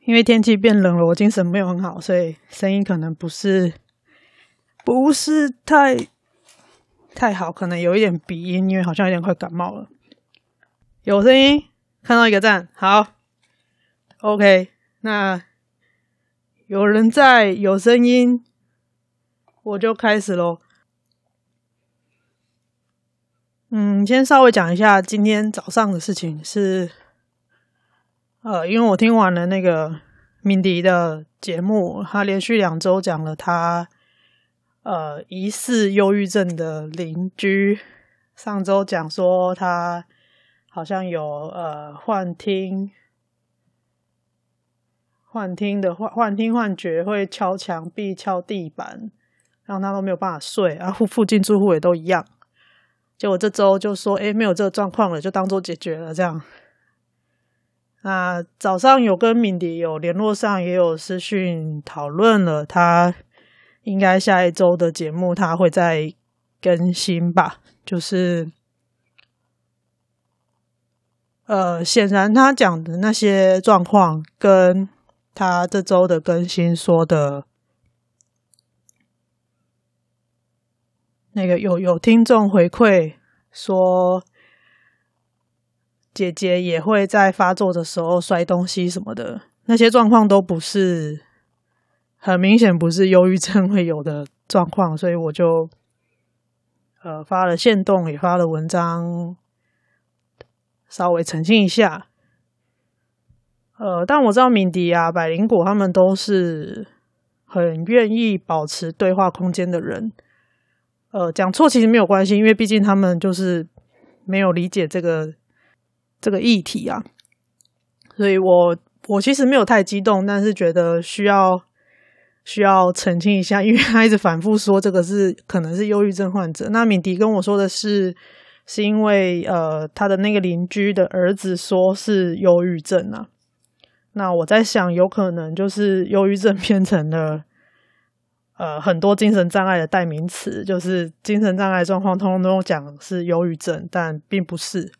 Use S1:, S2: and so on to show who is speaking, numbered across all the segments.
S1: 因为天气变冷了，我精神没有很好，所以声音可能不是太好，可能有一点鼻音，因为好像有点快感冒了。有声音，看到一个赞，好 ，OK， 那有人在，有声音，我就开始咯。先稍微讲一下今天早上的事情是，因为我听完了那个敏迪的节目，他连续2周讲了他疑似忧郁症的邻居。上周讲说他好像有幻听幻觉，会敲墙壁、敲地板，让他都没有办法睡，然后附近住户也都一样。结果这周就说没有这个状况了，就当作解决了这样。那早上有跟敏迪有联络上，也有私讯讨论了，他应该下一周的节目他会再更新吧，就是显然他讲的那些状况跟他这周的更新说的那个有听众回馈说姐姐也会在发作的时候摔东西什么的，那些状况都不是很明显不是忧郁症会有的状况，所以我就发了限动，也发了文章，稍微澄清一下。但我知道敏迪啊、百灵果他们都是很愿意保持对话空间的人。讲错其实没有关系，因为毕竟他们就是没有理解这个议题啊，所以我其实没有太激动，但是觉得需要澄清一下，因为他一直反复说这个可能是忧郁症患者。那敏迪跟我说的是因为他的那个邻居的儿子说是忧郁症啊。那我在想有可能就是忧郁症变成了很多精神障碍的代名词，就是精神障碍状况通通都讲是忧郁症，但并不是。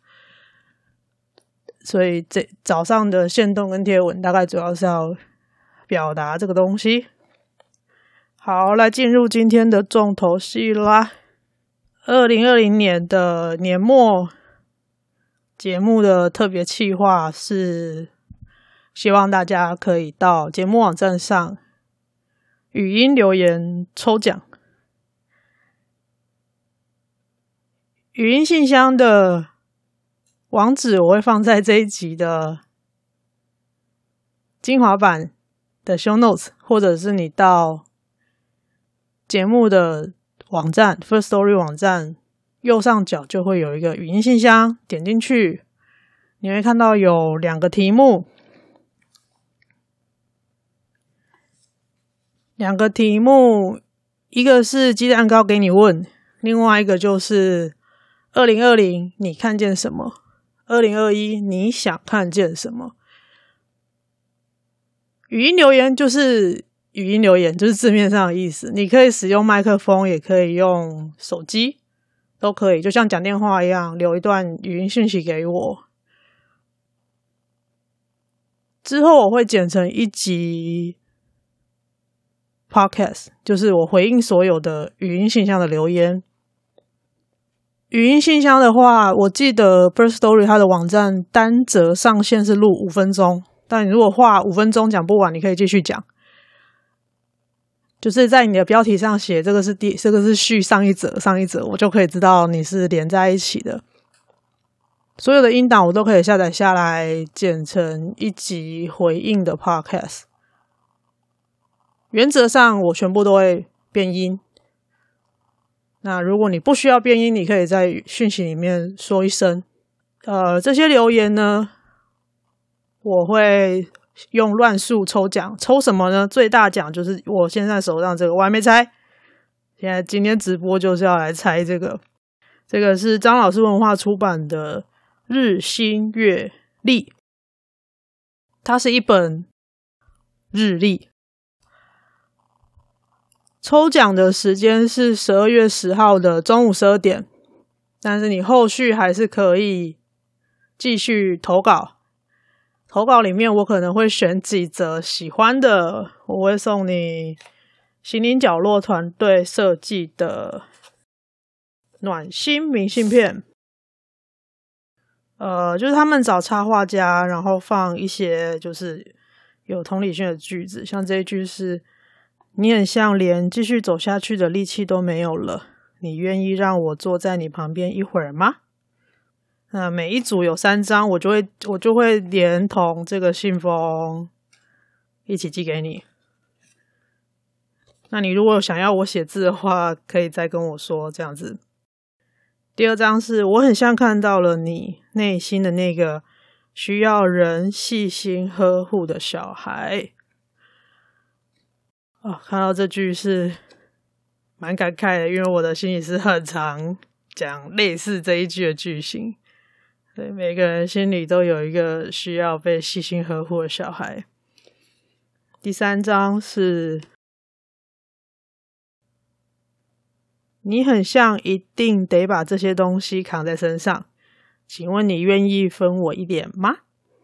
S1: 所以这早上的限动跟贴文大概主要是要表达这个东西。好，来进入今天的重头戏啦。2020年的年末节目的特别企划是希望大家可以到节目网站上语音留言抽奖。语音信箱的网址我会放在这一集的精华版的 show notes， 或者是你到节目的网站 First Story 网站右上角就会有一个语音信箱，点进去你会看到有2个题目一个是鸡蛋糕给你问，另外一个就是2020你看见什么，2021你想看见什么。语音留言就是字面上的意思，你可以使用麦克风，也可以用手机，都可以，就像讲电话一样，留一段语音讯息给我。之后我会剪成一集 podcast， 就是我回应所有的语音信箱的留言。语音信箱的话，我记得 First Story 它的网站单则上限是录5分钟，但你如果话5分钟讲不完，你可以继续讲。就是在你的标题上写这个是续上一则，我就可以知道你是连在一起的。所有的音档我都可以下载下来，剪成一集回应的 podcast。原则上我全部都会变音。那如果你不需要变音，你可以在讯息里面说一声。这些留言呢，我会用乱数抽奖。抽什么呢？最大奖就是我现在手上这个，我还没猜。今天直播就是要来猜这个。这个是张老师文化出版的日新月历，它是一本日历。抽奖的时间是12月10号的中午12点，但是你后续还是可以继续投稿。 投稿里面我可能会选几则喜欢的，我会送你心灵角落团队设计的暖心明信片。就是他们找插画家，然后放一些就是有同理心的句子，像这一句是：你很像连继续走下去的力气都没有了，你愿意让我坐在你旁边一会儿吗？那每一组有3张，我就会连同这个信封一起寄给你。那你如果想要我写字的话，可以再跟我说，这样子。第2张是我很像看到了你内心的那个需要人细心呵护的小孩。看到这句是蛮感慨的，因为我的心里是很常讲类似这一句的句型。对，每个人心里都有一个需要被细心呵护的小孩。第3章是你很像一定得把这些东西扛在身上，请问你愿意分我一点吗？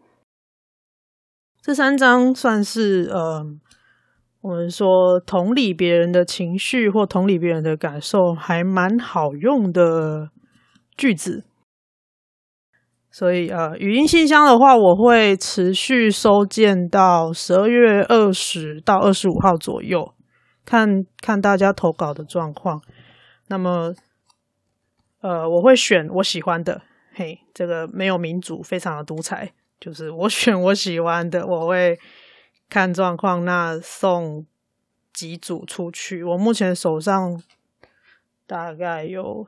S1: 这3章算是我们说同理别人的情绪或同理别人的感受还蛮好用的句子。所以语音信箱的话，我会持续收件到12月20到25号左右，看大家投稿的状况。那么我会选我喜欢的，这个没有民主，非常的独裁，就是我选我喜欢的，我会看状况，那送几组出去。我目前手上大概有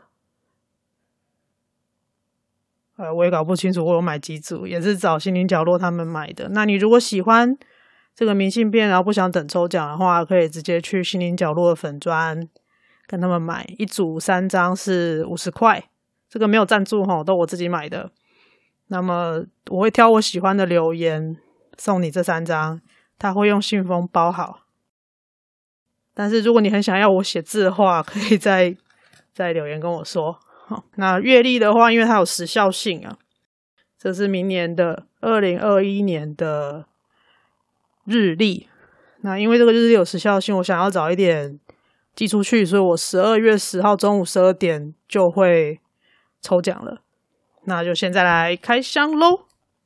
S1: 我也搞不清楚我有买几组，也是找心灵角落他们买的。那你如果喜欢这个明信片，然后不想等抽奖的话，可以直接去心灵角落的粉专跟他们买，一组3张是50块，这个没有赞助都我自己买的。那么我会挑我喜欢的留言送你这3张，他会用信封包好。但是如果你很想要我写字的话，可以再留言跟我说。那月历的话，因为它有时效性啊，这是明年的2021年的日历。那因为这个日历有时效性，我想要早一点寄出去，所以我12月10号中午12点就会抽奖了。那就现在来开箱咯。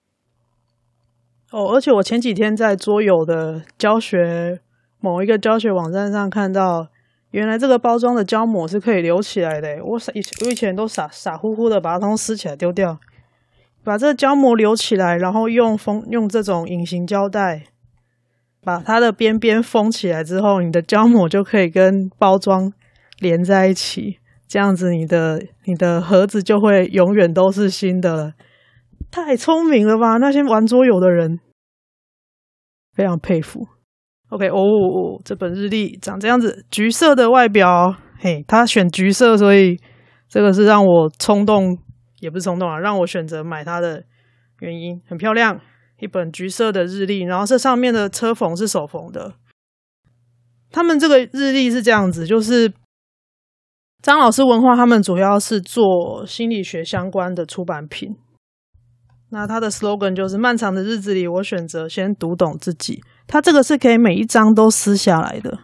S1: 而且我前几天在桌游的某一个教学网站上看到，原来这个包装的胶膜是可以留起来的。我以前都傻乎乎的把它通撕起来丢掉，把这个胶膜留起来，然后用这种隐形胶带把它的边边封起来之后，你的胶膜就可以跟包装连在一起，这样子你的盒子就会永远都是新的了。太聪明了吧，那些玩桌游的人，非常佩服。OK， 这本日历长这样子，橘色的外表，他选橘色，所以这个是让我冲动，也不是冲动啊，让我选择买它的原因。很漂亮，一本橘色的日历，然后这上面的车缝是手缝的。他们这个日历是这样子，就是张老师文化他们主要是做心理学相关的出版品。那他的 slogan 就是漫长的日子里，我选择先读懂自己。他这个是可以每一张都撕下来的，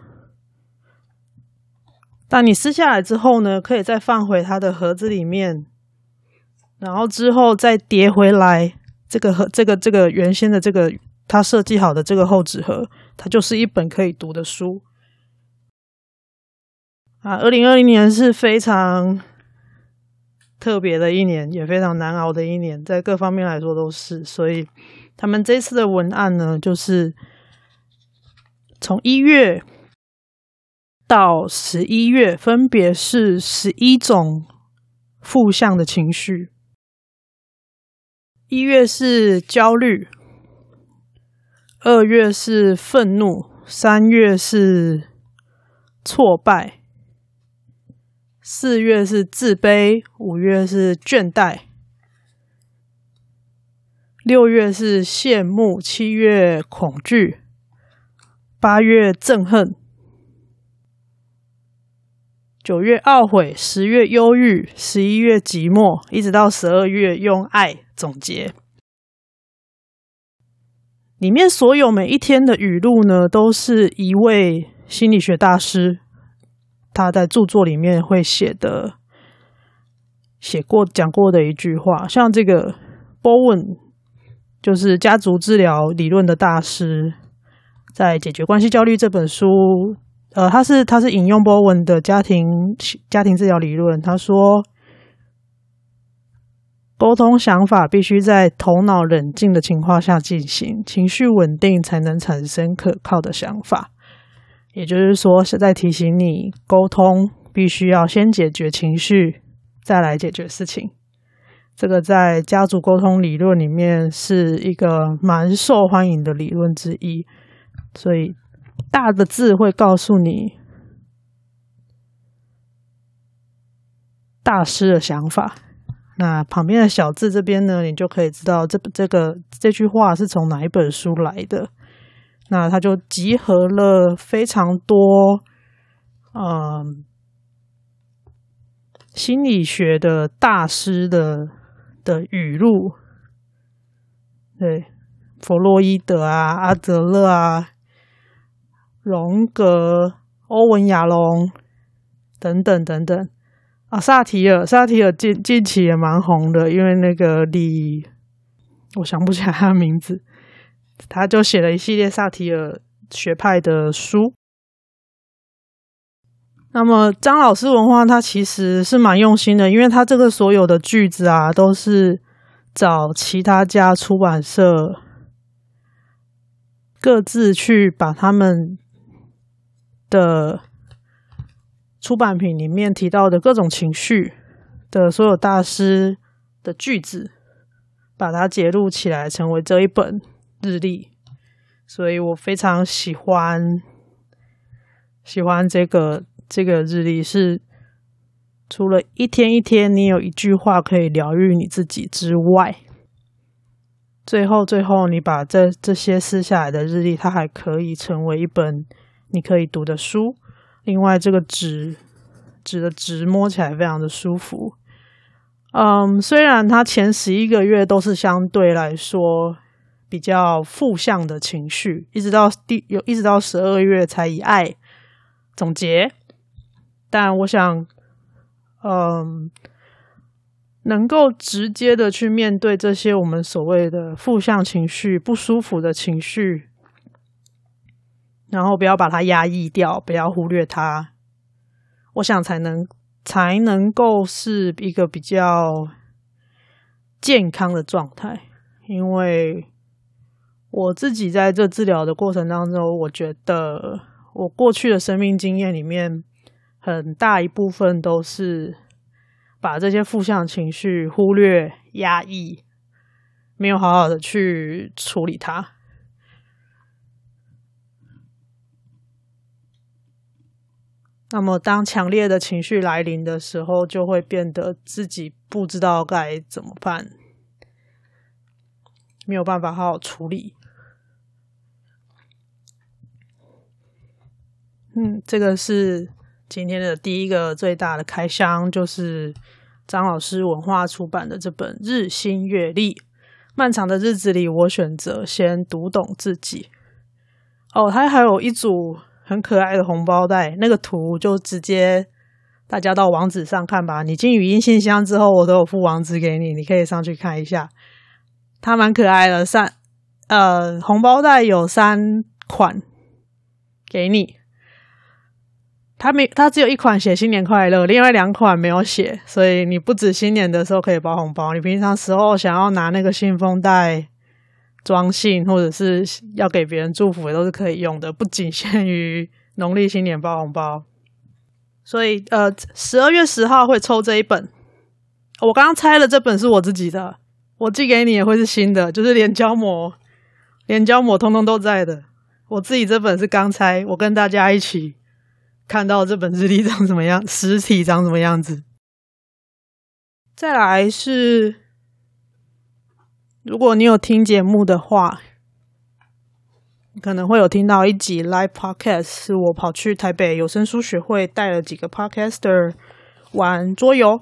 S1: 但你撕下来之后呢，可以再放回他的盒子里面，然后之后再叠回来这个原先的这个他设计好的这个厚纸盒，它就是一本可以读的书。2020年是非常特别的一年，也非常难熬的一年，在各方面来说都是。所以他们这次的文案呢，就是从1月到11月，分别是11种负向的情绪。1月是焦虑，2月是愤怒，3月是挫败，4月是自卑，5月是倦怠，6月是羡慕，7月恐惧，8月憎恨，9月懊悔，10月忧郁，11月寂寞，一直到12月用爱总结。 里面所有每一天的语录呢，都是一位心理学大师他在著作里面会讲过的一句话。像这个 Bowen 就是家族治疗理论的大师，在《解决关系焦虑》这本书，他是引用 Bowen 的家庭治疗理论。他说，沟通想法必须在头脑冷静的情况下进行，情绪稳定才能产生可靠的想法。也就是说，是在提醒你，沟通必须要先解决情绪，再来解决事情。这个在家族沟通理论里面是一个蛮受欢迎的理论之一。所以大的字会告诉你大师的想法，那旁边的小字这边呢，你就可以知道这句话是从哪一本书来的。那它就集合了非常多心理学的大师的语录，对，弗洛伊德啊、阿德勒啊、荣格、欧文亚龙等等等等啊，萨提尔近期也蛮红的，因为那个我想不起来他的名字，他就写了一系列萨提尔学派的书。那么张老师文化他其实是蛮用心的，因为他这个所有的句子啊，都是找其他家出版社各自去把他们的出版品里面提到的各种情绪的所有大师的句子，把它节录起来成为这一本日历。所以我非常喜欢这个日历，是除了一天一天你有一句话可以疗愈你自己之外，最后你把这些撕下来的日历，它还可以成为一本你可以读的书。另外这个纸的质摸起来非常的舒服。虽然它前11个月都是相对来说比较负向的情绪，一直到12月才以爱总结，但我想能够直接的去面对这些我们所谓的负向情绪、不舒服的情绪，然后不要把它压抑掉，不要忽略它，我想才能够是一个比较健康的状态。因为我自己在这治疗的过程当中，我觉得我过去的生命经验里面很大一部分都是把这些负向情绪忽略、压抑，没有好好的去处理它。那么当强烈的情绪来临的时候，就会变得自己不知道该怎么办，没有办法好好处理。这个是今天的第一个最大的开箱，就是张老师文化出版的这本《日新月历》。漫长的日子里，我选择先读懂自己。它还有一组很可爱的红包袋，那个图就直接大家到网址上看吧。你进语音信箱之后，我都有附网址给你，你可以上去看一下。它蛮可爱的，红包袋有3款给你。它只有1款写新年快乐，另外2款没有写，所以你不止新年的时候可以包红包，你平常时候想要拿那个信封袋装信，或者是要给别人祝福，也都是可以用的，不仅限于农历新年包红包。所以12月10号会抽这一本，我刚刚拆了这本是我自己的，我寄给你也会是新的，就是连胶膜通通都在的。我自己这本是刚拆，我跟大家一起看到这本日历长什么样，实体长什么样子。再来是，如果你有听节目的话，可能会有听到一集 live podcast， 是我跑去台北有声书学会带了几个 podcaster 玩桌游。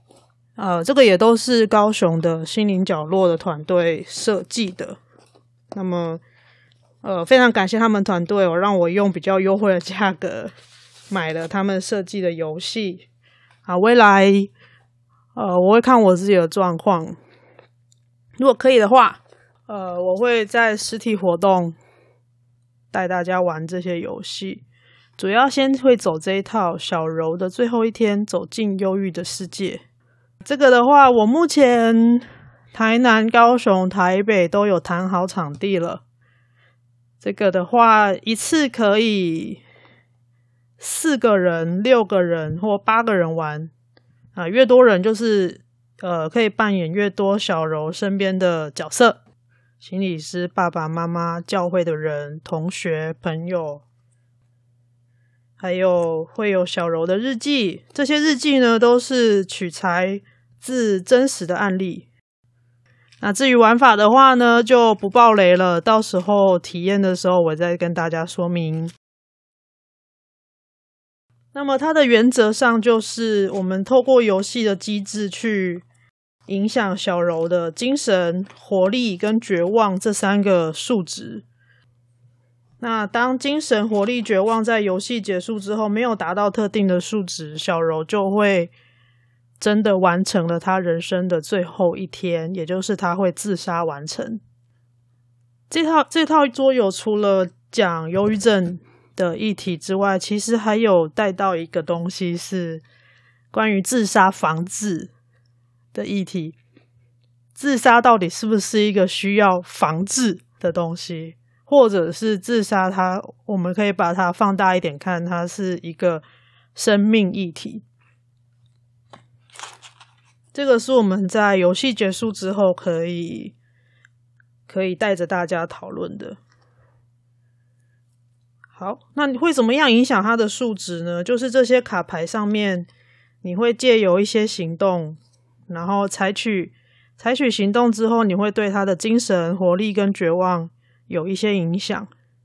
S1: 这个也都是高雄的心灵角落的团队设计的。 那么非常感谢他们团队让我用比较优惠的价格买了他们设计的游戏。未来我会看我自己的状况，如果可以的话我会在实体活动带大家玩这些游戏，主要先会走这一套小柔的最后一天，走进忧郁的世界。这个的话，我目前台南、高雄、台北都有谈好场地了。这个的话，一次可以4个人、6个人或8个人玩越多人就是可以扮演越多小柔身边的角色，心理师、爸爸妈妈、教会的人、同学、朋友，还有会有小柔的日记。这些日记呢都是取材自真实的案例。那至于玩法的话呢，就不爆雷了，到时候体验的时候我再跟大家说明。那么它的原则上就是我们透过游戏的机制去影响小柔的精神、活力跟绝望这3个数值。那当精神、活力、绝望在游戏结束之后没有达到特定的数值，小柔就会真的完成了他人生的最后一天，也就是他会自杀完成。这套桌游除了讲忧郁症的议题之外，其实还有带到一个东西是关于自杀防治的议题。自杀到底是不是一个需要防治的东西，或者是自杀我们可以把它放大一点看，它是一个生命议题。这个是我们在游戏结束之后可以带着大家讨论的。好，那你会怎么样影响它的数值呢？就是这些卡牌上面你会借由一些行动，然后采取行动之后，你会对他的精神、活力跟绝望有一些影响。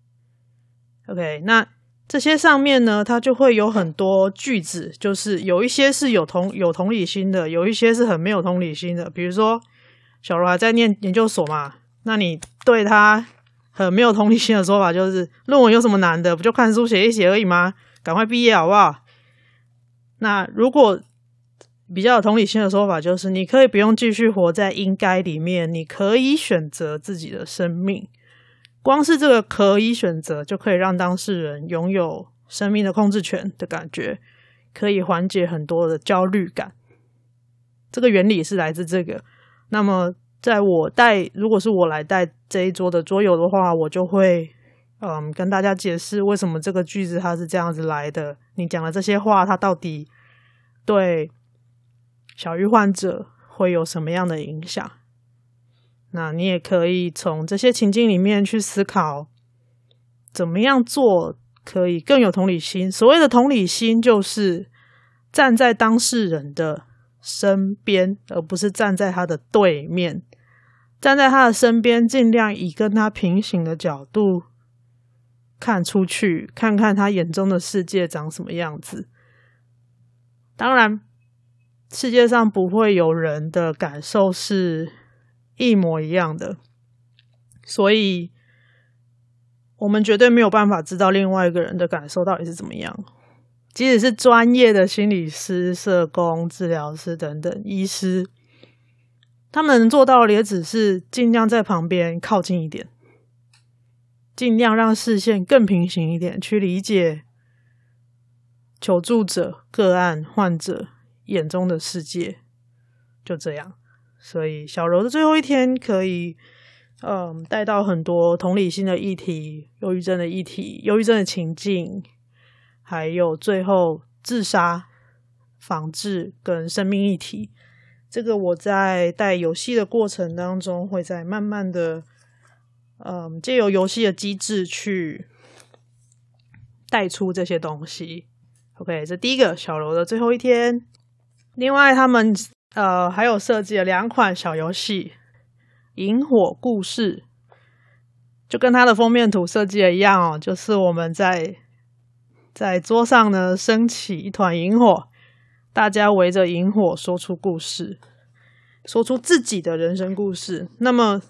S1: OK， 那这些上面呢，它就会有很多句子，就是有一些是有同理心的，有一些是很没有同理心的。比如说小柔还在念研究所嘛，那你对他很没有同理心的说法就是论文有什么难的，不就看书写一写而已吗？赶快毕业好不好？那如果比较有同理心的说法就是你可以不用继续活在应该里面，你可以选择自己的生命。光是这个可以选择就可以让当事人拥有生命的控制权的感觉，可以缓解很多的焦虑感。这个原理是来自这个。那么如果是我来带这一桌的桌游的话，我就会跟大家解释为什么这个句子它是这样子来的，你讲的这些话它到底对小郁患者会有什么样的影响。那你也可以从这些情境里面去思考怎么样做可以更有同理心。所谓的同理心就是站在当事人的身边，而不是站在他的对面。站在他的身边，尽量以跟他平行的角度看出去，看看他眼中的世界长什么样子。当然世界上不会有人的感受是一模一样的，所以我们绝对没有办法知道另外一个人的感受到底是怎么样。即使是专业的心理师、社工、治疗师等等医师，他们能做到的也只是尽量在旁边靠近一点，尽量让视线更平行一点，去理解求助者、个案、患者眼中的世界。就这样。所以小柔的最后一天可以带到很多同理心的议题、忧郁症的议题、忧郁症的情境，还有最后自杀防治跟生命议题。这个我在带游戏的过程当中会再慢慢的藉由游戏的机制去带出这些东西。 OK， 这第一个小柔的最后一天。另外他们还有设计了2款小游戏，萤火故事就跟它的封面图设计的一样就是我们在桌上呢升起一团萤火，大家围着萤火说出故事，说出自己的人生故事。那么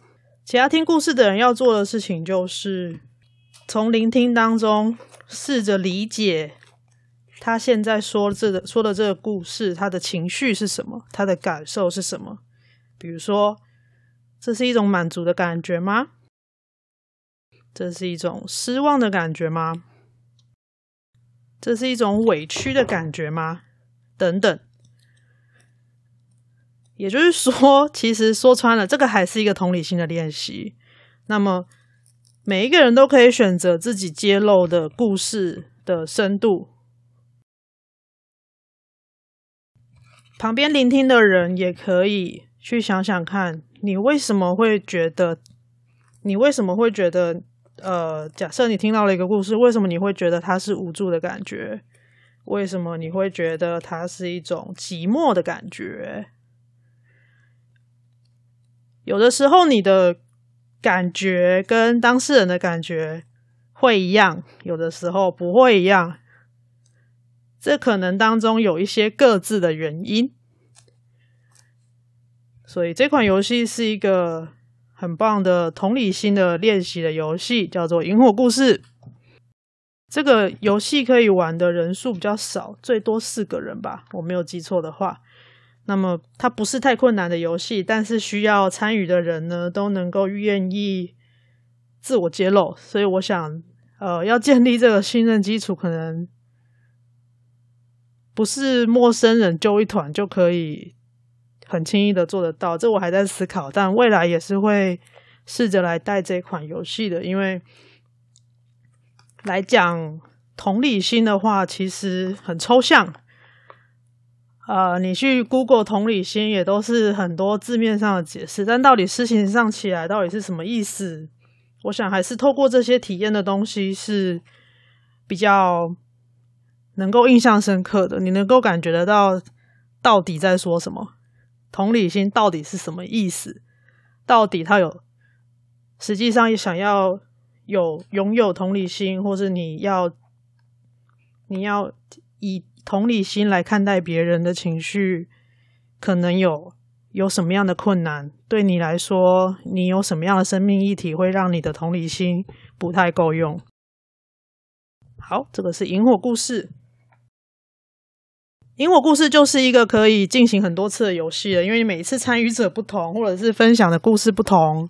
S1: 其他听故事的人要做的事情就是从聆听当中试着理解他现在说的这个故事，他的情绪是什么，他的感受是什么。比如说，这是一种满足的感觉吗？这是一种失望的感觉吗？这是一种委屈的感觉吗？等等。也就是说，其实说穿了，这个还是一个同理心的练习。那么每一个人都可以选择自己揭露的故事的深度，旁边聆听的人也可以去想想看，你为什么会觉得假设你听到了一个故事，为什么你会觉得它是无助的感觉？为什么你会觉得它是一种寂寞的感觉？有的时候你的感觉跟当事人的感觉会一样，有的时候不会一样，这可能当中有一些各自的原因。所以这款游戏是一个很棒的同理心的练习的游戏，叫做萤火故事。这个游戏可以玩的人数比较少，最多4个人吧，我没有记错的话。那么它不是太困难的游戏，但是需要参与的人呢都能够愿意自我揭露，所以我想要建立这个信任基础，可能不是陌生人揪一团就可以很轻易的做得到，这我还在思考，但未来也是会试着来带这款游戏的。因为来讲同理心的话其实很抽象，你去 Google 同理心也都是很多字面上的解释，但到底施行上起来到底是什么意思，我想还是透过这些体验的东西是比较能够印象深刻的，你能够感觉得到底在说什么，同理心到底是什么意思，到底它实际上想要拥有同理心，或是你要以同理心来看待别人的情绪，可能有什么样的困难，对你来说你有什么样的生命议题会让你的同理心不太够用。好，这个是萤火故事。萤火故事就是一个可以进行很多次的游戏了，因为每一次参与者不同，或者是分享的故事不同，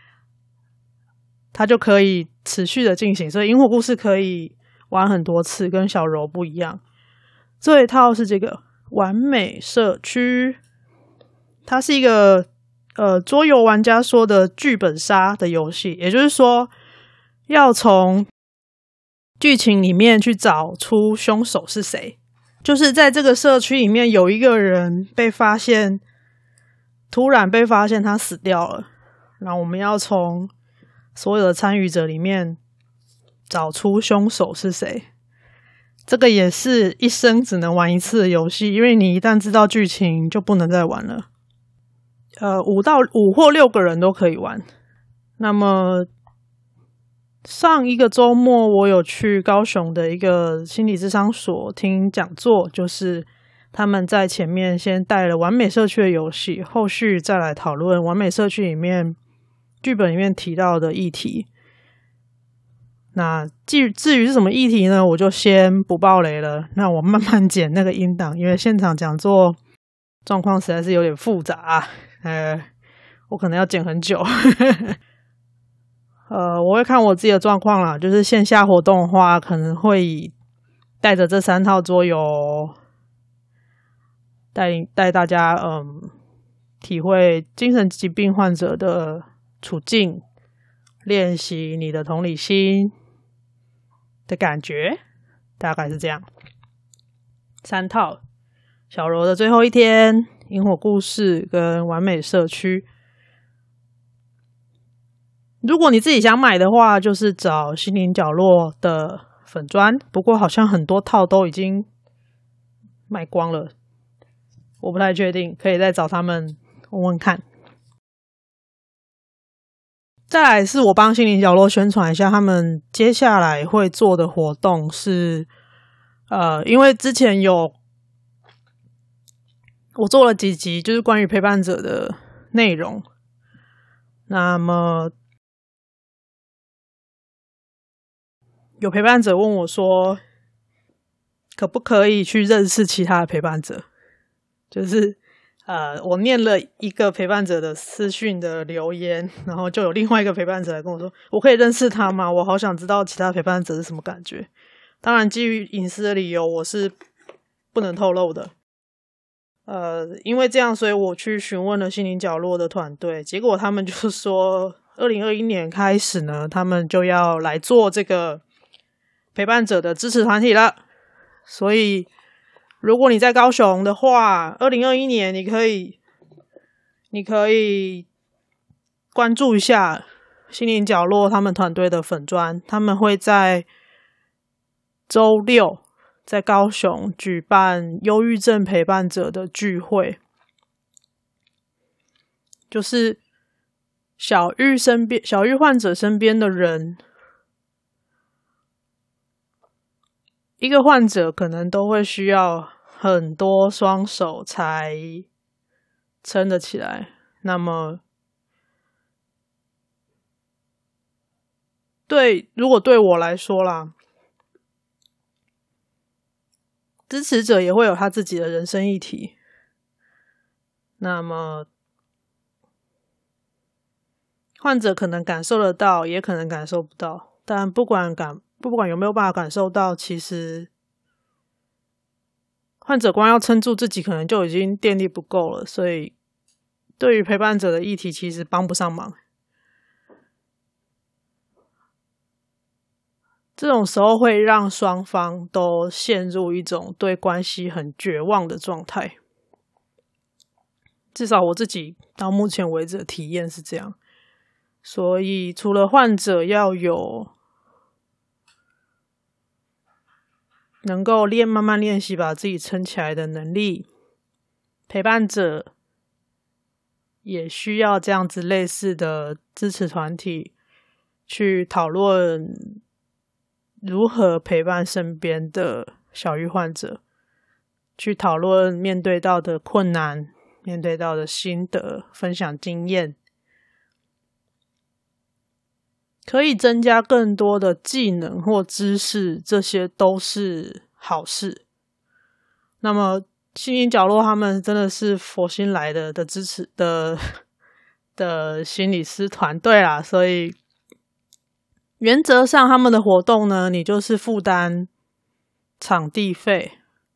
S1: 它就可以持续的进行，所以萤火故事可以玩很多次，跟小柔不一样。这一套是这个完美社区，它是一个桌游玩家说的剧本杀的游戏，也就是说要从剧情里面去找出凶手是谁。就是在这个社区里面有一个人突然被发现他死掉了，然后我们要从所有的参与者里面找出凶手是谁。这个也是一生只能玩一次的游戏，因为你一旦知道剧情就不能再玩了。5或6个人都可以玩。那么上一个周末我有去高雄的一个心理咨商所听讲座，就是他们在前面先带了完美社区的游戏，后续再来讨论完美社区里面剧本里面提到的议题。那至于是什么议题呢，我就先不爆雷了，那我慢慢剪那个音档，因为现场讲座状况实在是有点复杂，我可能要剪很久。我会看我自己的状况啦，就是线下活动的话可能会带着这3套桌游带大家体会精神疾病患者的处境，练习你的同理心的感觉，大概是这样。3套小柔的最后一天、萤火故事跟完美社区。如果你自己想买的话，就是找心灵角落的粉专，不过好像很多套都已经卖光了，我不太确定，可以再找他们问问看。再来是我帮心灵角落宣传一下他们接下来会做的活动是因为之前我做了几集就是关于陪伴者的内容， 那么有陪伴者问我说，可不可以去认识其他的陪伴者？就是我念了一个陪伴者的私讯的留言，然后就有另外一个陪伴者来跟我说，我可以认识他吗？我好想知道其他陪伴者是什么感觉。当然基于隐私的理由，我是不能透露的。因为这样，所以我去询问了心灵角落的团队，结果他们就说2021年开始呢，他们就要来做这个陪伴者的支持团体了。所以如果你在高雄的话，2021年你可以关注一下心灵角落他们团队的粉专，他们会在周六在高雄举办忧郁症陪伴者的聚会，就是小郁患者身边的人，一个患者可能都会需要很多双手才撑得起来。那么如果对我来说啦，支持者也会有他自己的人生议题，那么患者可能感受得到，也可能感受不到，但不管有没有办法感受到，其实患者光要撑住自己可能就已经电力不够了，所以对于陪伴者的议题其实帮不上忙。这种时候会让双方都陷入一种对关系很绝望的状态，至少我自己到目前为止的体验是这样。所以除了患者要有能够慢慢练习把自己撑起来的能力，陪伴者也需要这样子类似的支持团体去讨论如何陪伴身边的小郁患者，去讨论面对到的困难，面对到的心得，分享经验，可以增加更多的技能或知识，这些都是好事。那么心灵角落他们真的是佛心来的支持的心理师团队啦，所以原则上他们的活动呢，你就是负担场地费，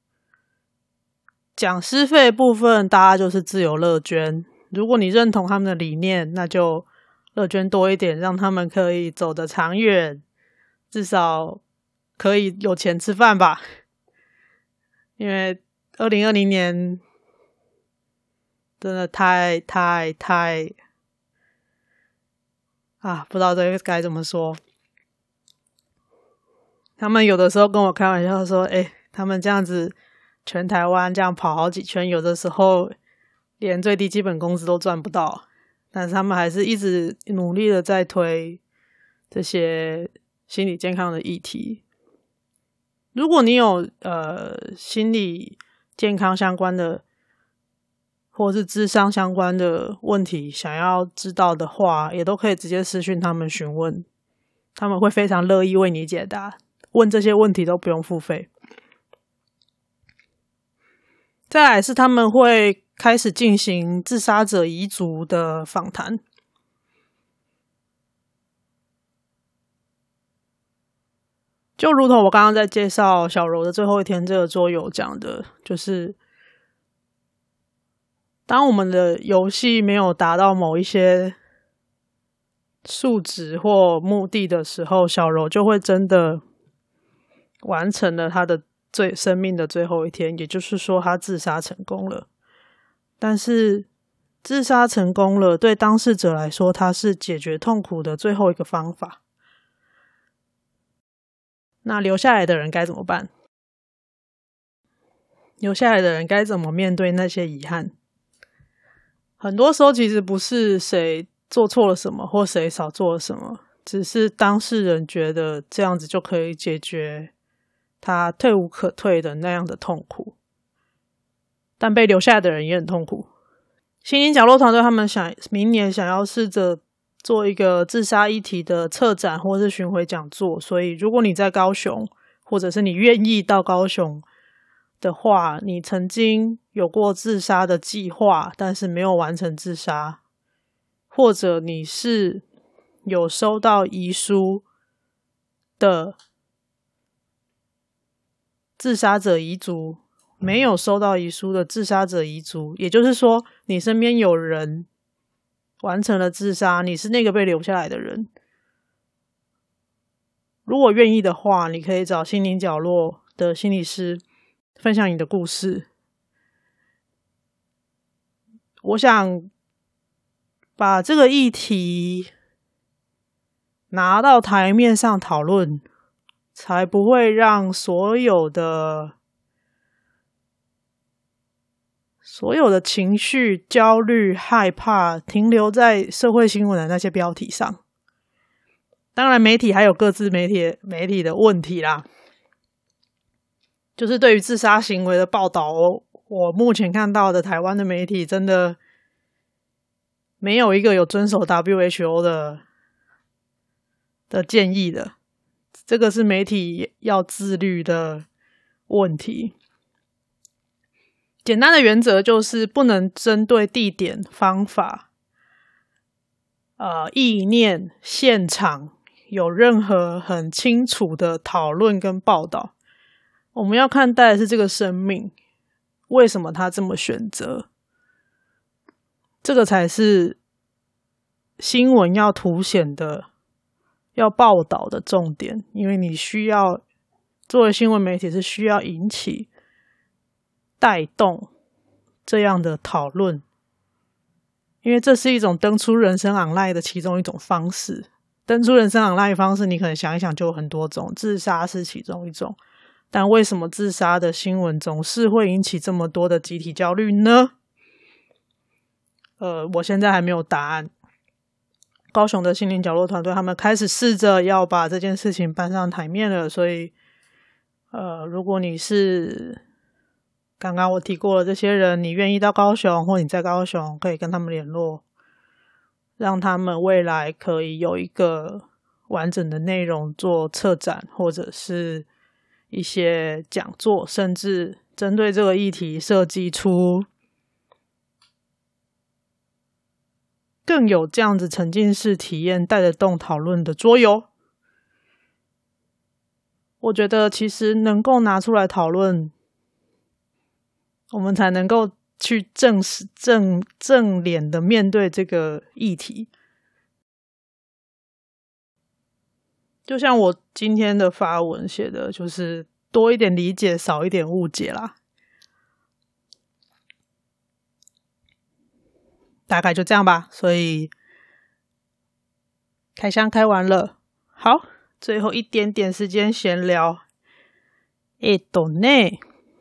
S1: 讲师费部分大家就是自由乐捐，如果你认同他们的理念，那就乐捐多一点，让他们可以走得长远，至少可以有钱吃饭吧。因为2020年真的太不知道这个该怎么说。他们有的时候跟我开玩笑说，他们这样子全台湾这样跑好几圈，有的时候连最低基本工资都赚不到，但是他们还是一直努力的在推这些心理健康的议题。如果你有心理健康相关的或是諮商相关的问题想要知道的话，也都可以直接私讯他们询问，他们会非常乐意为你解答，问这些问题都不用付费。再来是他们会开始进行自杀者遗族的访谈，就如同我刚刚在介绍小柔的最后一天这个桌游讲的，就是当我们的游戏没有达到某一些数值或目的的时候，小柔就会真的完成了他的生命的最后一天，也就是说他自杀成功了。但是自杀成功了，对当事者来说，它是解决痛苦的最后一个方法。那留下来的人该怎么办？留下来的人该怎么面对那些遗憾？很多时候其实不是谁做错了什么或谁少做了什么，只是当事人觉得这样子就可以解决他退无可退的那样的痛苦，但被留下来的人也很痛苦。心灵角落团队他们明年想要试着做一个自杀议题的策展或是巡回讲座，所以如果你在高雄，或者是你愿意到高雄的话，你曾经有过自杀的计划，但是没有完成自杀，或者你是有收到遗书的自杀者遗族，没有收到遗书的自杀者遗族，也就是说你身边有人完成了自杀，你是那个被留下来的人。如果愿意的话，你可以找心灵角落的心理师分享你的故事。我想把这个议题拿到台面上讨论，才不会让所有的情绪、焦虑、害怕停留在社会新闻的那些标题上。当然媒体还有各自媒体的问题啦，就是对于自杀行为的报道，我目前看到的台湾的媒体真的没有一个有遵守 WHO 的建议的，这个是媒体要自律的问题。简单的原则就是不能针对地点、方法、意念、现场有任何很清楚的讨论跟报道。我们要看待的是这个生命，为什么他这么选择，这个才是新闻要凸显的、要报道的重点。因为你需要作为新闻媒体是需要引起、带动这样的讨论，因为这是一种登出人生 online 的其中一种方式。登出人生 online 的方式你可能想一想就有很多种，自杀是其中一种，但为什么自杀的新闻总是会引起这么多的集体焦虑呢？我现在还没有答案。高雄的心灵角落团队他们开始试着要把这件事情搬上台面了，所以如果你是刚刚我提过了这些人，你愿意到高雄或你在高雄，可以跟他们联络，让他们未来可以有一个完整的内容做策展，或者是一些讲座，甚至针对这个议题设计出更有这样子沉浸式体验带得动讨论的桌游。我觉得其实能够拿出来讨论，我们才能够去正脸的面对这个议题。就像我今天的发文写的，就是多一点理解，少一点误解啦。大概就这样吧，所以开箱开完了。好，最后一点点时间闲聊。11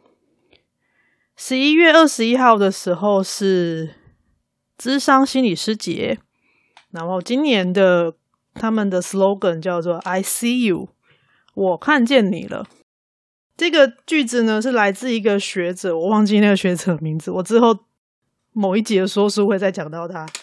S1: 月21号的时候是諮商心理師節，然后今年的他们的 slogan 叫做 I see you， 我看见你了。这个句子呢是来自一个学者，我忘记那个学者的名字，我之后某一集的说书会再讲到他。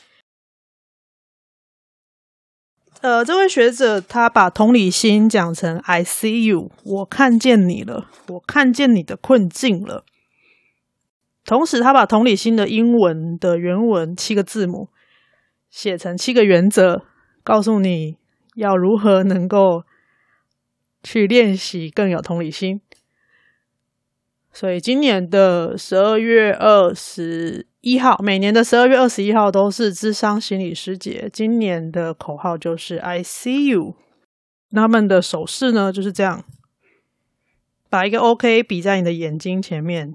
S1: 这位学者他把同理心讲成 I see you， 我看见你了，我看见你的困境了。同时他把同理心的英文的原文7个字母写成7个原则，告诉你要如何能够去練習更有同理心。所以今年的12月21号，每年的12月21号都是諮商心理師節，今年的口号就是 I see you。 他们的手势呢就是这样，把一个 OK 比在你的眼睛前面，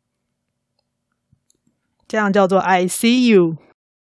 S1: 这样叫做 I see you。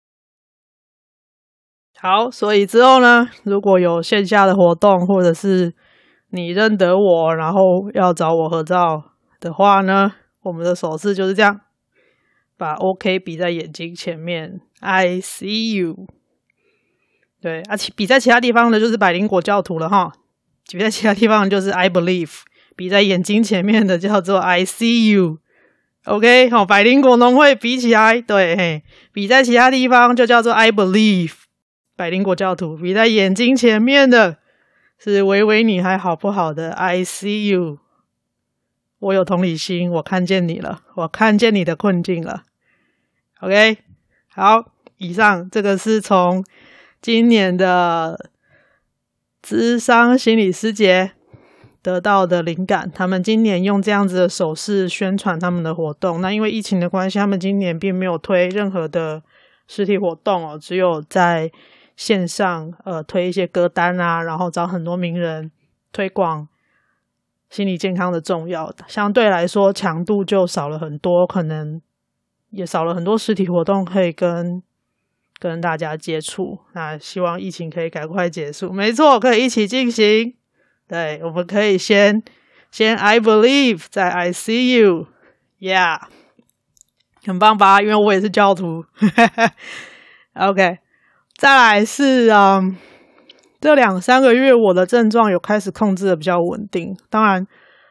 S1: 好，所以之后呢，如果有线下的活动，或者是你认得我然后要找我合照的话呢，我们的手势就是这样，把 OK 比在眼睛前面 I see you。 对啊，比在其他地方的就是百灵果教徒了齁，比在其他地方就是 I believe， 比在眼睛前面的叫做 I see you。 OK， 好，百灵果农会比起来，对，嘿，比在其他地方就叫做 I believe， 百灵果教徒，比在眼睛前面的是维维你还好不好的 I see you， 我有同理心，我看见你了，我看见你的困境了。 OK， 好，以上这个是从今年的諮商心理师节得到的灵感，他们今年用这样子的手势宣传他们的活动。那因为疫情的关系，他们今年并没有推任何的实体活动哦，只有在线上推一些歌单啊，然后找很多名人推广心理健康的重要，相对来说强度就少了很多，可能也少了很多实体活动可以跟大家接触。那希望疫情可以赶快结束，没错，可以一起进行。对，我们可以先 I believe， 再 I see you， yeah， 很棒吧？因为我也是教徒。OK， 再来是这2-3个月我的症状有开始控制的比较稳定。当然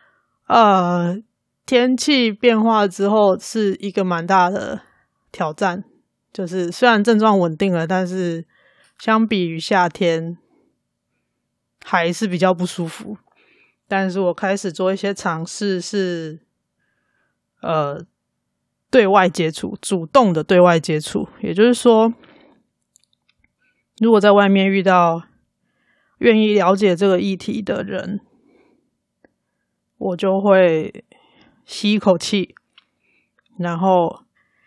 S1: 天气变化之后是一个蛮大的挑战，就是虽然症状稳定了，但是相比于夏天还是比较不舒服。但是我开始做一些尝试，是对外接触，主动的对外接触。也就是说，如果在外面遇到愿意了解这个议题的人，我就会吸一口气，然后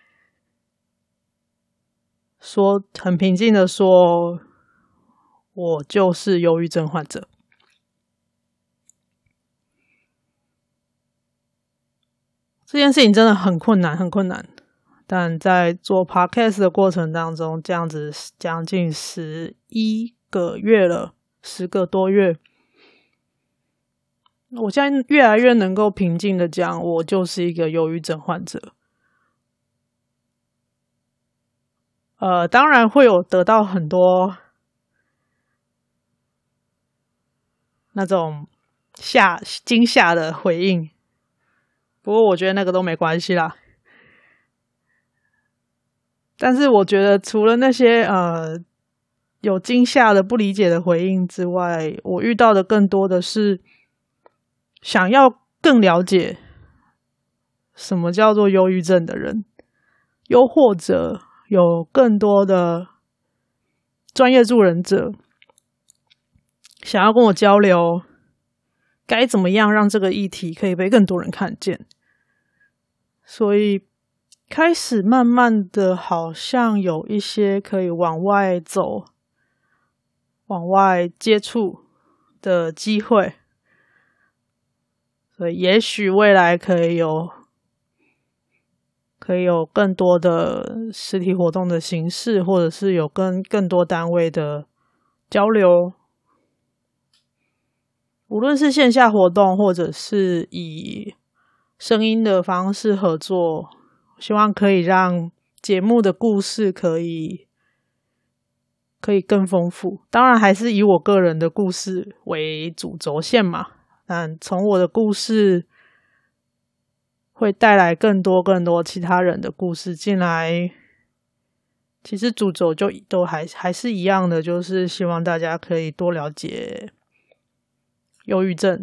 S1: 说很平静的说，我就是忧郁症患者。这件事情真的很困难，很困难。但在做 podcast 的过程当中，这样子将近11个月了，10个多月，我现在越来越能够平静的讲，我就是一个忧郁症患者。当然会有得到很多那种惊吓的回应，不过我觉得那个都没关系啦。但是我觉得除了那些有惊吓的不理解的回应之外，我遇到的更多的是想要更了解什么叫做忧郁症的人，又或者有更多的专业助人者想要跟我交流该怎么样让这个议题可以被更多人看见。所以开始慢慢的好像有一些可以往外走，往外接触的机会。所以也许未来可以有更多的实体活动的形式，或者是有跟更多单位的交流，无论是线下活动或者是以声音的方式合作，希望可以让节目的故事可以更丰富。当然还是以我个人的故事为主轴线嘛，但从我的故事会带来更多其他人的故事进来。其实主轴就都还是一样的，就是希望大家可以多了解忧郁症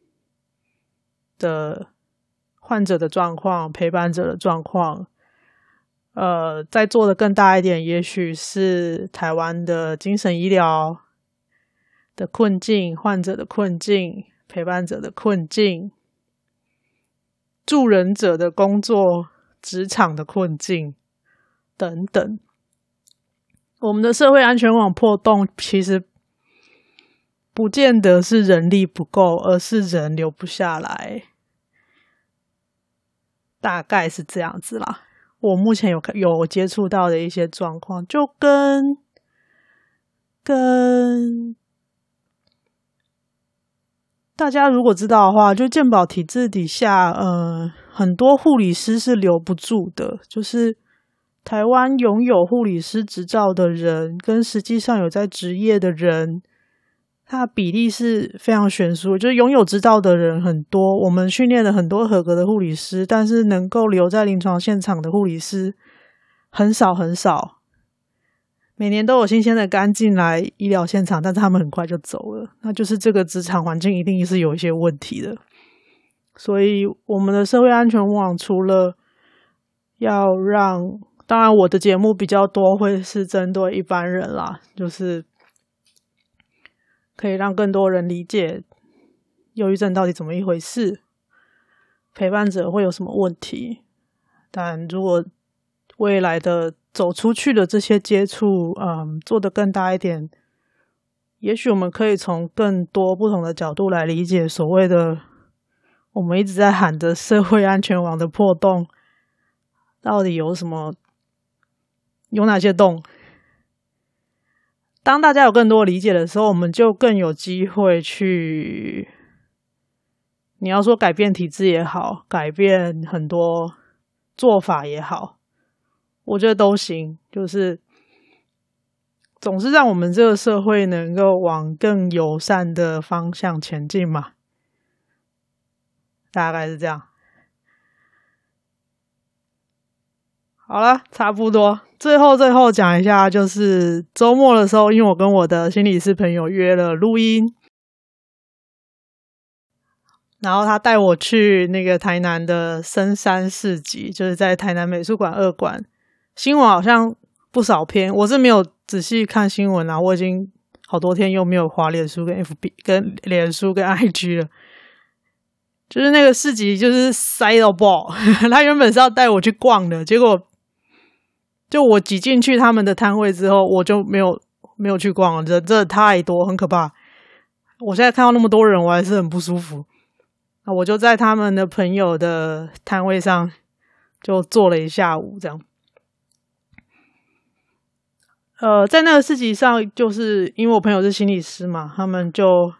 S1: 的患者的状况，陪伴者的状况。再做的更大一点，也许是台湾的精神医疗的困境，患者的困境，陪伴者的困境，助人者的工作职场的困境等等。我们的社会安全网破洞其实不见得是人力不够，而是人留不下来，大概是这样子啦。我目前有接触到的一些状况，就跟大家如果知道的话，就健保体制底下很多护理师是留不住的，就是台湾拥有护理师执照的人跟实际上有在执业的人，它的比例是非常悬殊的。就是拥有执照的人很多，我们训练了很多合格的护理师，但是能够留在临床现场的护理师很少很少。 每年都有新鲜的肝进来医疗现场，但是他们很快就走了，那就是这个职场环境一定是有一些问题的。所以我们的社会安全网除了要让，当然我的节目比较多会是针对一般人啦，就是可以让更多人理解忧郁症到底怎么一回事，陪伴者会有什么问题。但如果未来的走出去的这些接触做得更大一点，也许我们可以从更多不同的角度来理解所谓的我们一直在喊的社会安全网的破洞到底有哪些洞。当大家有更多理解的时候，我们就更有机会去，你要说改变体制也好，改变很多做法也好，我觉得都行，就是总是让我们这个社会能够往更友善的方向前进嘛，大概是这样。好了，差不多。最后讲一下，就是周末的时候，因为我跟我的心理师朋友约了录音，然后他带我去那个台南的深山市集，就是在台南美术馆2馆。新闻好像不少篇，我是没有仔细看新闻啦，我已经好多天又没有滑脸书跟 FB 跟脸书跟 IG 了。就是那个市集就是塞到爆，他原本是要带我去逛的，结果就我挤进去他们的摊位之后，我就没有去逛了，人真的太多，很可怕。我现在看到那么多人，我还是很不舒服。那我就在他们的朋友的摊位上就坐了一下午，这样。在那个市集上，就是因为我朋友是心理师嘛，他们就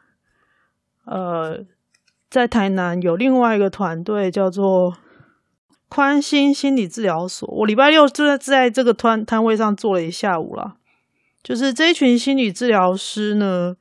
S1: 在台南有另外一个团队叫做宽心心理治疗所，我礼拜六就在这个摊位上坐了一下午啦。就是这一群心理治疗师呢，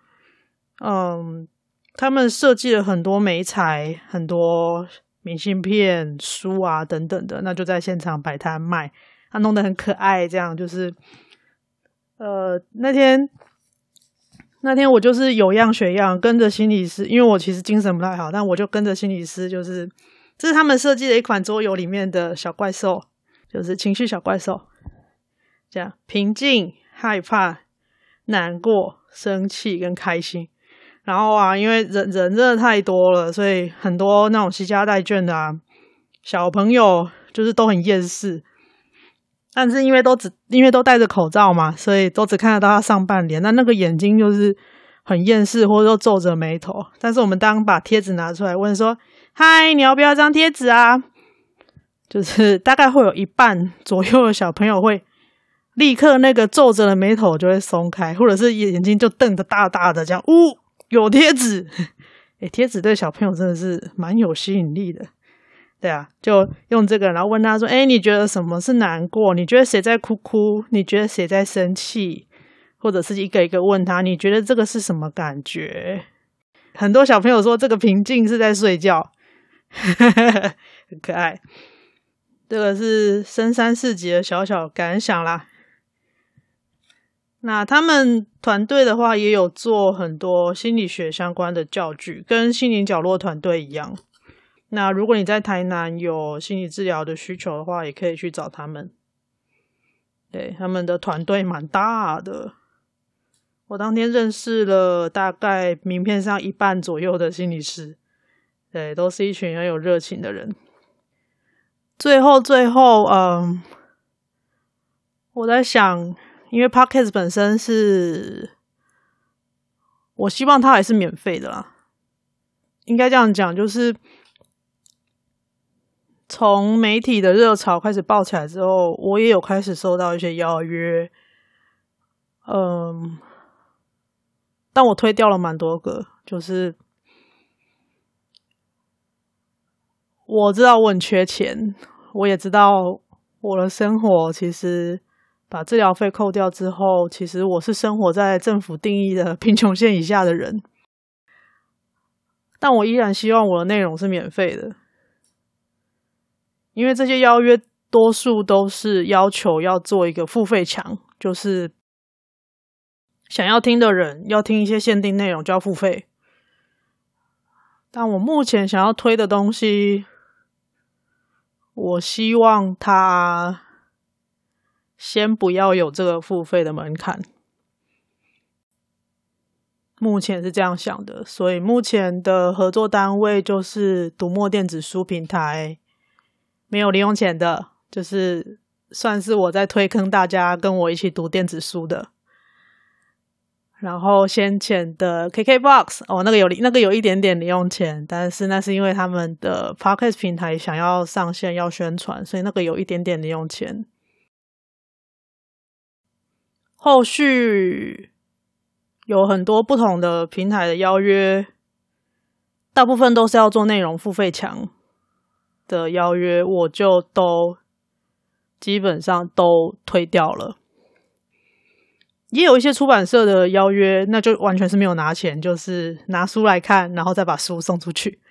S1: 他们设计了很多媒材，很多明信片、书啊等等的，那就在现场摆摊卖，他弄得很可爱，这样就是那天我就是有样学样，跟着心理师，因为我其实精神不太好，但我就跟着心理师，就是这是他们设计的一款桌游里面的小怪兽，就是情绪小怪兽，这样平静、害怕、难过、生气跟开心。然后啊，因为人真的太多了，所以很多那种惜家带眷的啊小朋友就是都很厌世，但是因为都戴着口罩嘛，所以都只看得到他上半脸，那个眼睛就是很厌世，或者说皱着眉头。但是我们当把贴纸拿出来问说，嗨，你要不要这张贴纸啊？就是大概会有一半左右的小朋友会立刻那个皱着的眉头就会松开，或者是眼睛就瞪得大大的这样，有贴纸。贴纸对小朋友真的是蛮有吸引力的。对啊，就用这个，然后问他说，你觉得什么是难过？你觉得谁在哭？你觉得谁在生气？或者是一个一个问他，你觉得这个是什么感觉？很多小朋友说这个平静是在睡觉。很可爱。这个是深山市集的小小感想啦。那他们团队的话也有做很多心理学相关的教具，跟心灵角落团队一样。那如果你在台南有心理治疗的需求的话，也可以去找他们。对，他们的团队蛮大的，我当天认识了大概名片上一半左右的心理师。对，都是一群很有热情的人。最后我在想，因为 Podcast 本身是我希望它还是免费的啦，应该这样讲，就是从媒体的热潮开始爆起来之后，我也有开始收到一些邀约，但我推掉了蛮多个，就是我知道我很缺钱，我也知道我的生活其实把治疗费扣掉之后，其实我是生活在政府定义的贫穷线以下的人，但我依然希望我的内容是免费的，因为这些邀约多数都是要求要做一个付费墙，就是想要听的人要听一些限定内容就要付费。但我目前想要推的东西，我希望它先不要有这个付费的门槛。目前是这样想的，所以目前的合作单位就是读墨电子书平台，没有零用钱的，就是算是我在推坑大家跟我一起读电子书的。然后先前的 KKBOX 那个有一点点零用钱，但是那是因为他们的 Podcast 平台想要上线要宣传，所以那个有一点点零用钱。后续有很多不同的平台的邀约，大部分都是要做内容付费墙的邀约，我就都基本上都推掉了。也有一些出版社的邀约，那就完全是没有拿钱，就是拿书来看，然后再把书送出去。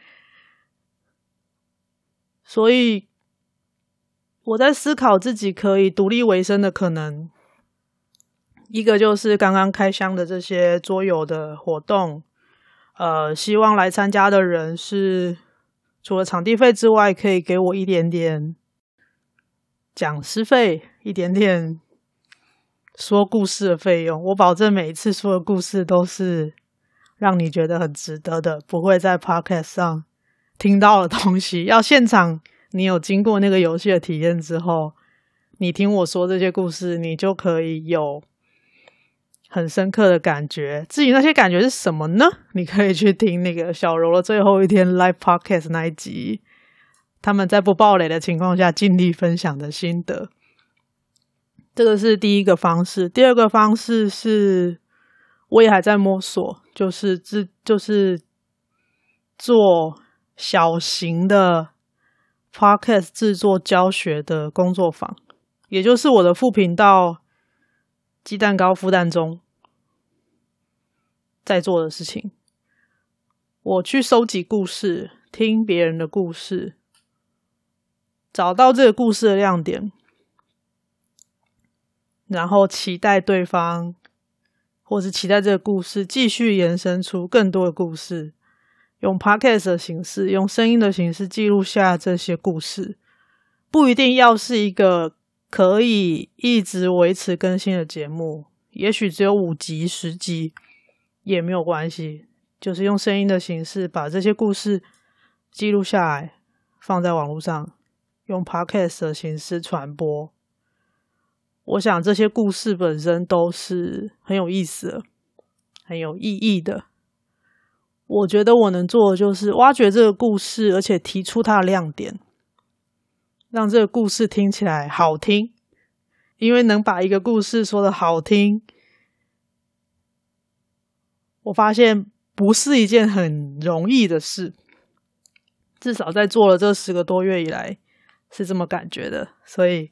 S1: 所以我在思考自己可以独立为生的可能。一个就是刚刚开箱的这些桌游的活动，希望来参加的人是除了场地费之外，可以给我一点点讲师费，一点点说故事的费用。我保证每一次说的故事都是让你觉得很值得的，不会在 podcast 上听到的东西。要现场你有经过那个游戏的体验之后，你听我说这些故事，你就可以有很深刻的感觉。至于那些感觉是什么呢？你可以去听那个小柔的最后一天 live podcast 那一集，他们在不爆雷的情况下尽力分享的心得。这个是第一个方式。第二个方式是我也还在摸索，就是做小型的 podcast 制作教学的工作坊，也就是我的副频道鸡蛋糕孵蛋中在做的事情。我去收集故事，听别人的故事，找到这个故事的亮点，然后期待对方或是期待这个故事继续延伸出更多的故事，用 podcast 的形式，用声音的形式记录下这些故事。不一定要是一个可以一直维持更新的节目，也许只有5集10集也没有关系，就是用声音的形式把这些故事记录下来，放在网络上，用 podcast 的形式传播。我想这些故事本身都是很有意思的，很有意义的。我觉得我能做的就是挖掘这个故事，而且提出它的亮点，让这个故事听起来好听。因为能把一个故事说的好听，我发现不是一件很容易的事，至少在做了这10个多月以来是这么感觉的。所以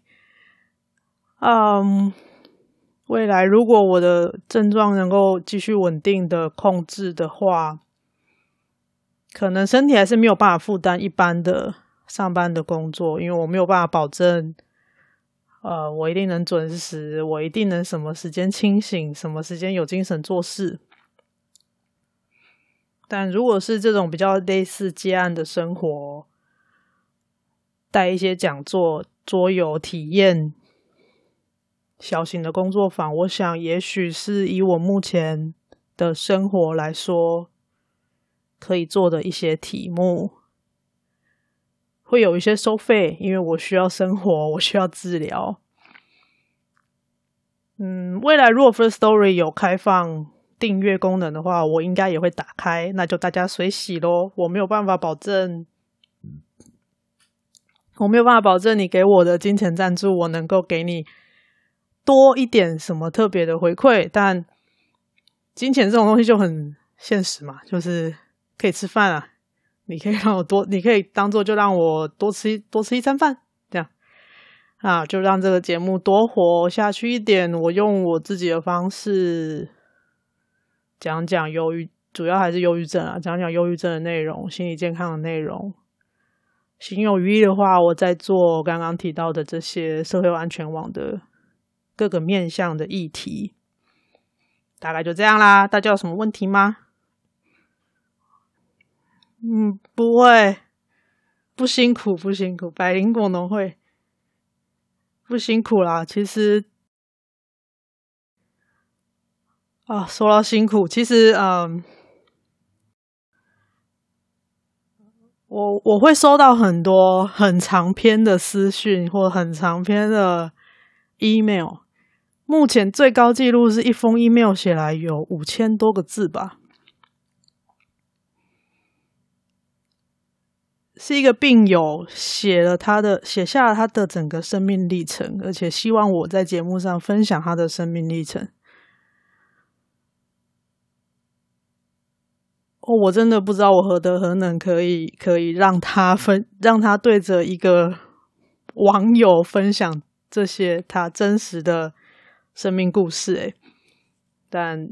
S1: 未来如果我的症状能够继续稳定的控制的话，可能身体还是没有办法负担一般的上班的工作，因为我没有办法保证我一定能准时，我一定能什么时间清醒，什么时间有精神做事。但如果是这种比较类似接案的生活，带一些讲座、桌游体验、小型的工作坊，我想也许是以我目前的生活来说可以做的一些题目，会有一些收费，因为我需要生活，我需要治疗。未来如果 Firstory 有开放订阅功能的话，我应该也会打开，那就大家随喜咯。我没有办法保证你给我的金钱赞助我能够给你多一点什么特别的回馈，但金钱这种东西就很现实嘛，就是可以吃饭啊，你可以当做就让我多吃一餐饭，这样啊，就让这个节目多活下去一点。我用我自己的方式讲讲主要还是忧郁症啊，讲讲忧郁症的内容，心理健康的内容。行有余力的话，我在做刚刚提到的这些社会安全网的各个面向的议题。 大概就这样啦。大家有什么问题吗？不会，不辛苦，百灵果农会不辛苦啦。其实说到辛苦，其实我会收到很多很长篇的私讯或很长篇的 email。目前最高纪录是一封 email 写来有5000多个字吧，是一个病友写下了他的整个生命历程，而且希望我在节目上分享他的生命历程。我真的不知道我何德何能可以让他对着一个网友分享这些他真实的生命故事但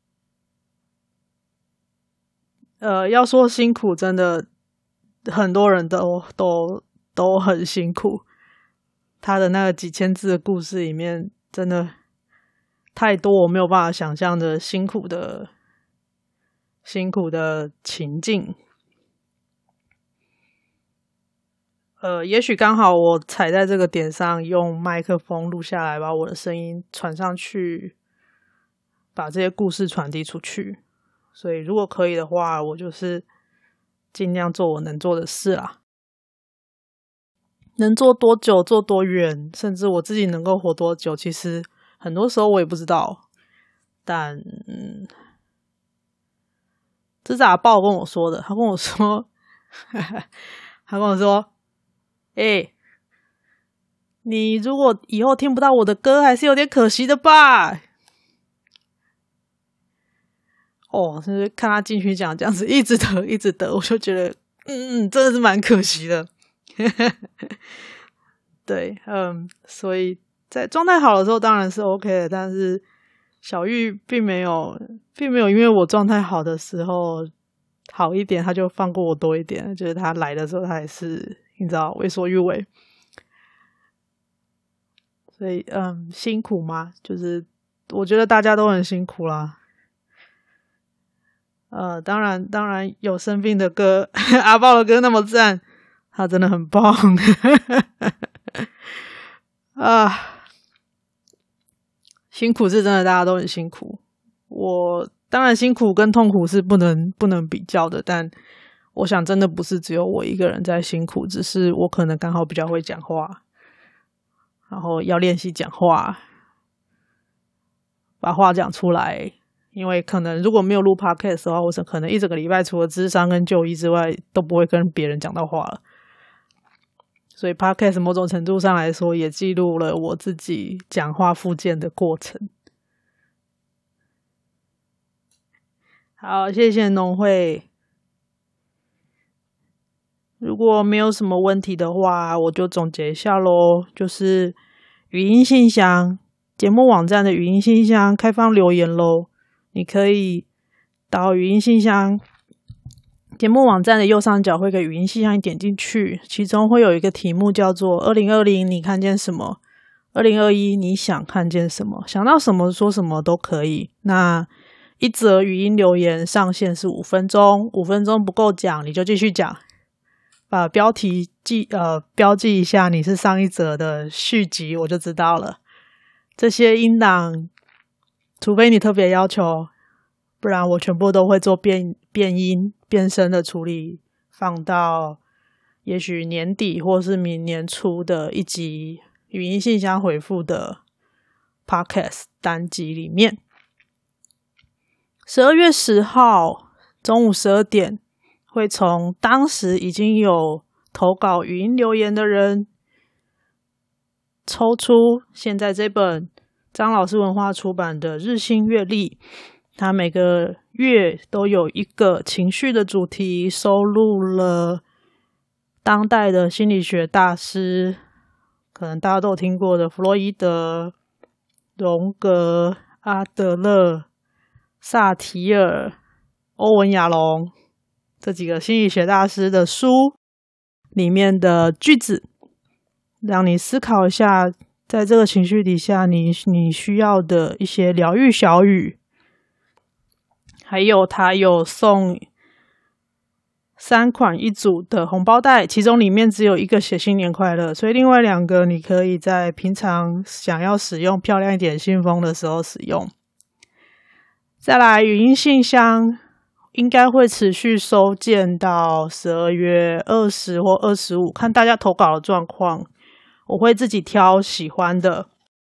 S1: 要说辛苦，真的很多人都很辛苦。他的那个几千字的故事里面，真的太多我没有办法想象的辛苦的情境。也许刚好我踩在这个点上，用麦克风录下来，把我的声音传上去，把这些故事传递出去。所以如果可以的话，我就是尽量做我能做的事啦。能做多久，做多远，甚至我自己能够活多久，其实很多时候我也不知道。但这是阿豹跟我说的，他跟我说你如果以后听不到我的歌，还是有点可惜的吧。就是看他金曲奖这样子一直得，我就觉得真的是蛮可惜的。对，所以在状态好的时候当然是 OK 的，但是小玉并没有因为我状态好的时候好一点，他就放过我多一点，就是他来的时候他还是你知道为所欲为。所以辛苦吗？就是我觉得大家都很辛苦啦。当然有生病的歌阿豹的歌那么赞，他真的很棒辛苦是真的，大家都很辛苦。我当然辛苦跟痛苦是不能比较的，但我想真的不是只有我一个人在辛苦，只是我可能刚好比较会讲话，然后要练习讲话，把话讲出来。因为可能如果没有录 podcast 的话，我可能一整个礼拜除了諮商跟就医之外都不会跟别人讲到话了。所以 podcast 某种程度上来说也记录了我自己讲话复健的过程。好，谢谢农会。如果没有什么问题的话，我就总结一下咯，就是语音信箱，节目网站的语音信箱开放留言咯。你可以到语音信箱，节目网站的右上角会给语音信箱点进去，其中会有一个题目叫做2020你看见什么，2021你想看见什么，想到什么说什么都可以。那一则语音留言上限是5分钟，5分钟不够讲你就继续讲，把标题标记一下你是上一则的续集，我就知道了。这些音档除非你特别要求，不然我全部都会做变音变声的处理，放到也许年底或是明年初的一集语音信箱回复的 podcast 单集里面。12月10号中午12点会从当时已经有投稿语音留言的人抽出现在这本张老师文化出版的日新月历，它每个月都有一个情绪的主题，收录了当代的心理学大师，可能大家都有听过的弗洛伊德、荣格、阿德勒、萨提尔、欧文亚龙这几个心理学大师的书里面的句子，让你思考一下，在这个情绪底下你需要的一些疗愈小语， 还有他有送3款1组的红包袋，其中里面只有一个写新年快乐，所以另外2个你可以在平常想要使用漂亮一点信封的时候使用。再来，语音信箱应该会持续收件到12月20或25，看大家投稿的状况，我会自己挑喜欢的。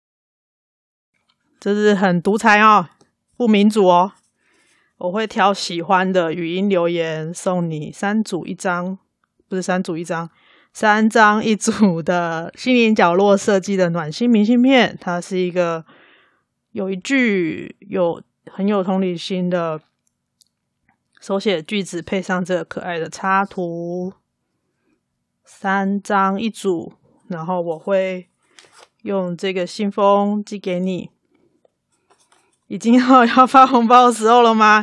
S1: 这是很独裁哦，不民主哦。我会挑喜欢的语音留言送你3组1张，不是3组1张，3张1组的心灵角落设计的暖心明信片。它是一个有一句很有同理心的手写句子，配上这个可爱的插图，3张1组，然后我会用这个信封寄给你。已经要发红包的时候了吗？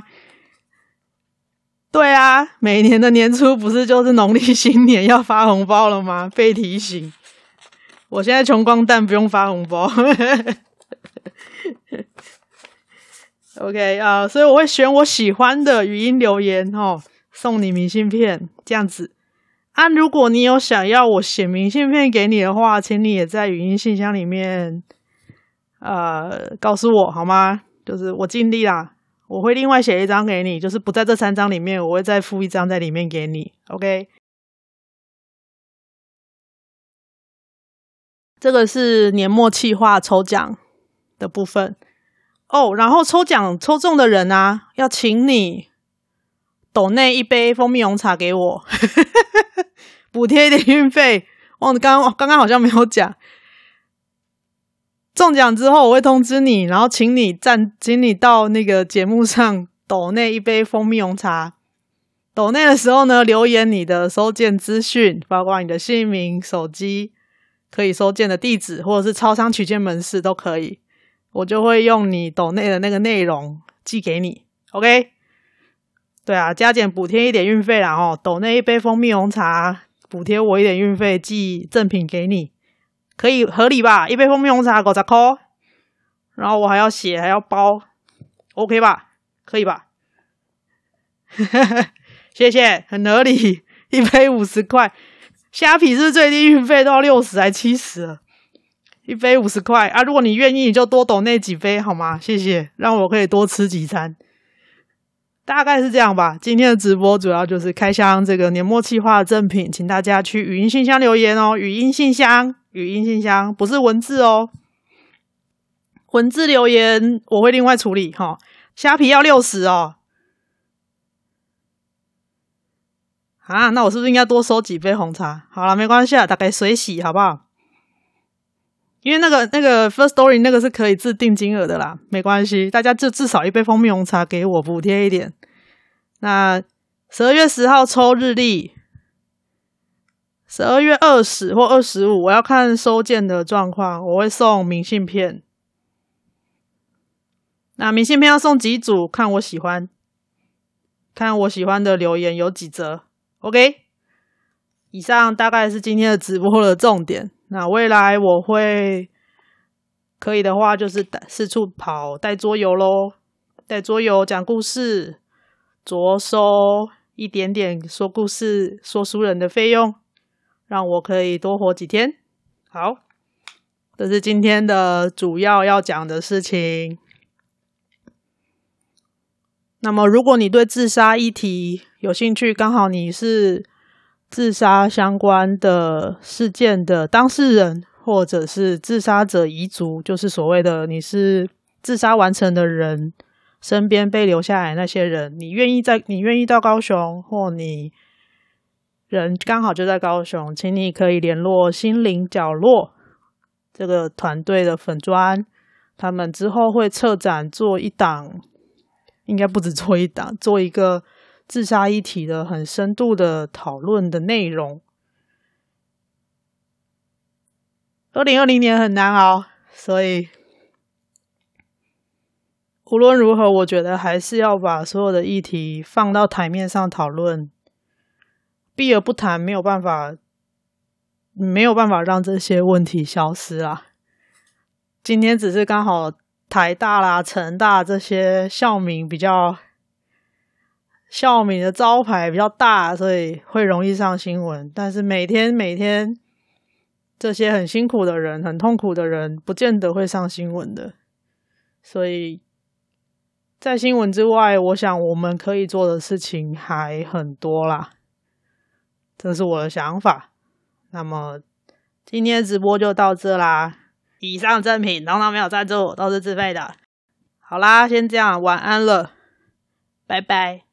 S1: 对啊，每年的年初不是就是农历新年要发红包了吗？被提醒，我现在穷光蛋，不用发红包。OK 所以我会选我喜欢的语音留言送你明信片这样子啊。如果你有想要我写明信片给你的话，请你也在语音信箱里面告诉我好吗？就是我尽力啦，我会另外写1张给你，就是不在这3张里面，我会再附1张在里面给你。 OK， 这个是年末企划抽奖的部分然后抽奖抽中的人啊，要请你抖内1杯蜂蜜红茶给我补贴一点运费。刚刚好像没有讲，中奖之后我会通知你，然后请你到那个节目上抖内1杯蜂蜜红茶。抖内的时候呢，留言你的收件资讯，包括你的姓名、手机、可以收件的地址，或者是超商取件门市都可以，我就会用你抖内的那个内容寄给你。 OK， 对啊，加减补贴一点运费啦抖内1杯蜂蜜红茶，补贴我一点运费，寄赠品给你，可以合理吧？1杯蜂蜜红茶50块，然后我还要写还要包 OK 吧？可以吧？谢谢，很合理，1杯50块，虾皮是不是最低运费都要60还70了？1杯50块啊！如果你愿意，你就多抖那几杯好吗？谢谢，让我可以多吃几餐。大概是这样吧。今天的直播主要就是开箱这个年末企划的赠品，请大家去语音信箱留言语音信箱不是文字文字留言我会另外处理虾皮要60那我是不是应该多收几杯红茶？好啦，没关系大概水洗好不好？因为那个 First Story 那个是可以自定金额的啦，没关系，大家就至少1杯蜂蜜红茶给我补贴一点。那12月10号抽日历，12月20或25我要看收件的状况，我会送明信片。那明信片要送几组？看我喜欢的留言有几则。 OK， 以上大概是今天的直播的重点。那未来我会可以的话就是四处跑带桌游咯，带桌游讲故事，着收一点点说故事说书人的费用，让我可以多活几天。好，这是今天的主要讲的事情。那么如果你对自杀议题有兴趣，刚好你是自杀相关的事件的当事人，或者是自杀者遗族，就是所谓的你是自杀完成的人，身边被留下来那些人，你愿意到高雄，或你人刚好就在高雄，请你可以联络心灵角落这个团队的粉专，他们之后会策展做一档，应该不止做一档，做一个自杀议题的很深度的讨论的内容。2020年很难熬，所以无论如何，我觉得还是要把所有的议题放到台面上讨论，避而不谈没有办法让这些问题消失啦。今天只是刚好台大啦、成大这些校名比较孝敏的招牌比较大，所以会容易上新闻。但是每天这些很辛苦的人、很痛苦的人，不见得会上新闻的。所以在新闻之外，我想我们可以做的事情还很多啦。这是我的想法。那么今天直播就到这啦。以上赠品通通没有赞助，都是自费的。好啦，先这样，晚安了，拜拜。